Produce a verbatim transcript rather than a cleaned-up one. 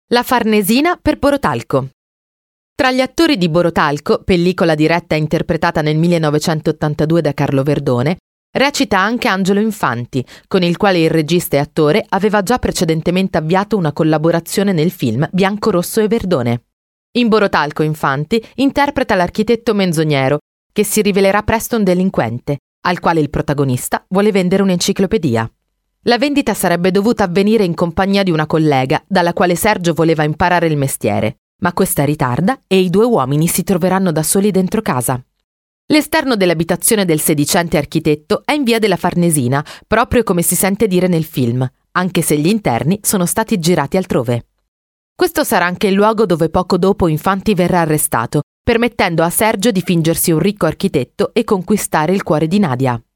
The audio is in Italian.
La Farnesina per Borotalco. Tra gli attori di Borotalco, pellicola diretta e interpretata nel millenovecentottantadue da Carlo Verdone, recita anche Angelo Infanti, con il quale il regista e attore aveva già precedentemente avviato una collaborazione nel film Bianco, Rosso e Verdone. In Borotalco Infanti interpreta l'architetto menzognero, che si rivelerà presto un delinquente, al quale il protagonista vuole vendere un'enciclopedia. La vendita sarebbe dovuta avvenire in compagnia di una collega, dalla quale Sergio voleva imparare il mestiere, ma questa ritarda e i due uomini si troveranno da soli dentro casa. L'esterno dell'abitazione del sedicente architetto è in via della Farnesina, proprio come si sente dire nel film, anche se gli interni sono stati girati altrove. Questo sarà anche il luogo dove poco dopo Infanti verrà arrestato, permettendo a Sergio di fingersi un ricco architetto e conquistare il cuore di Nadia.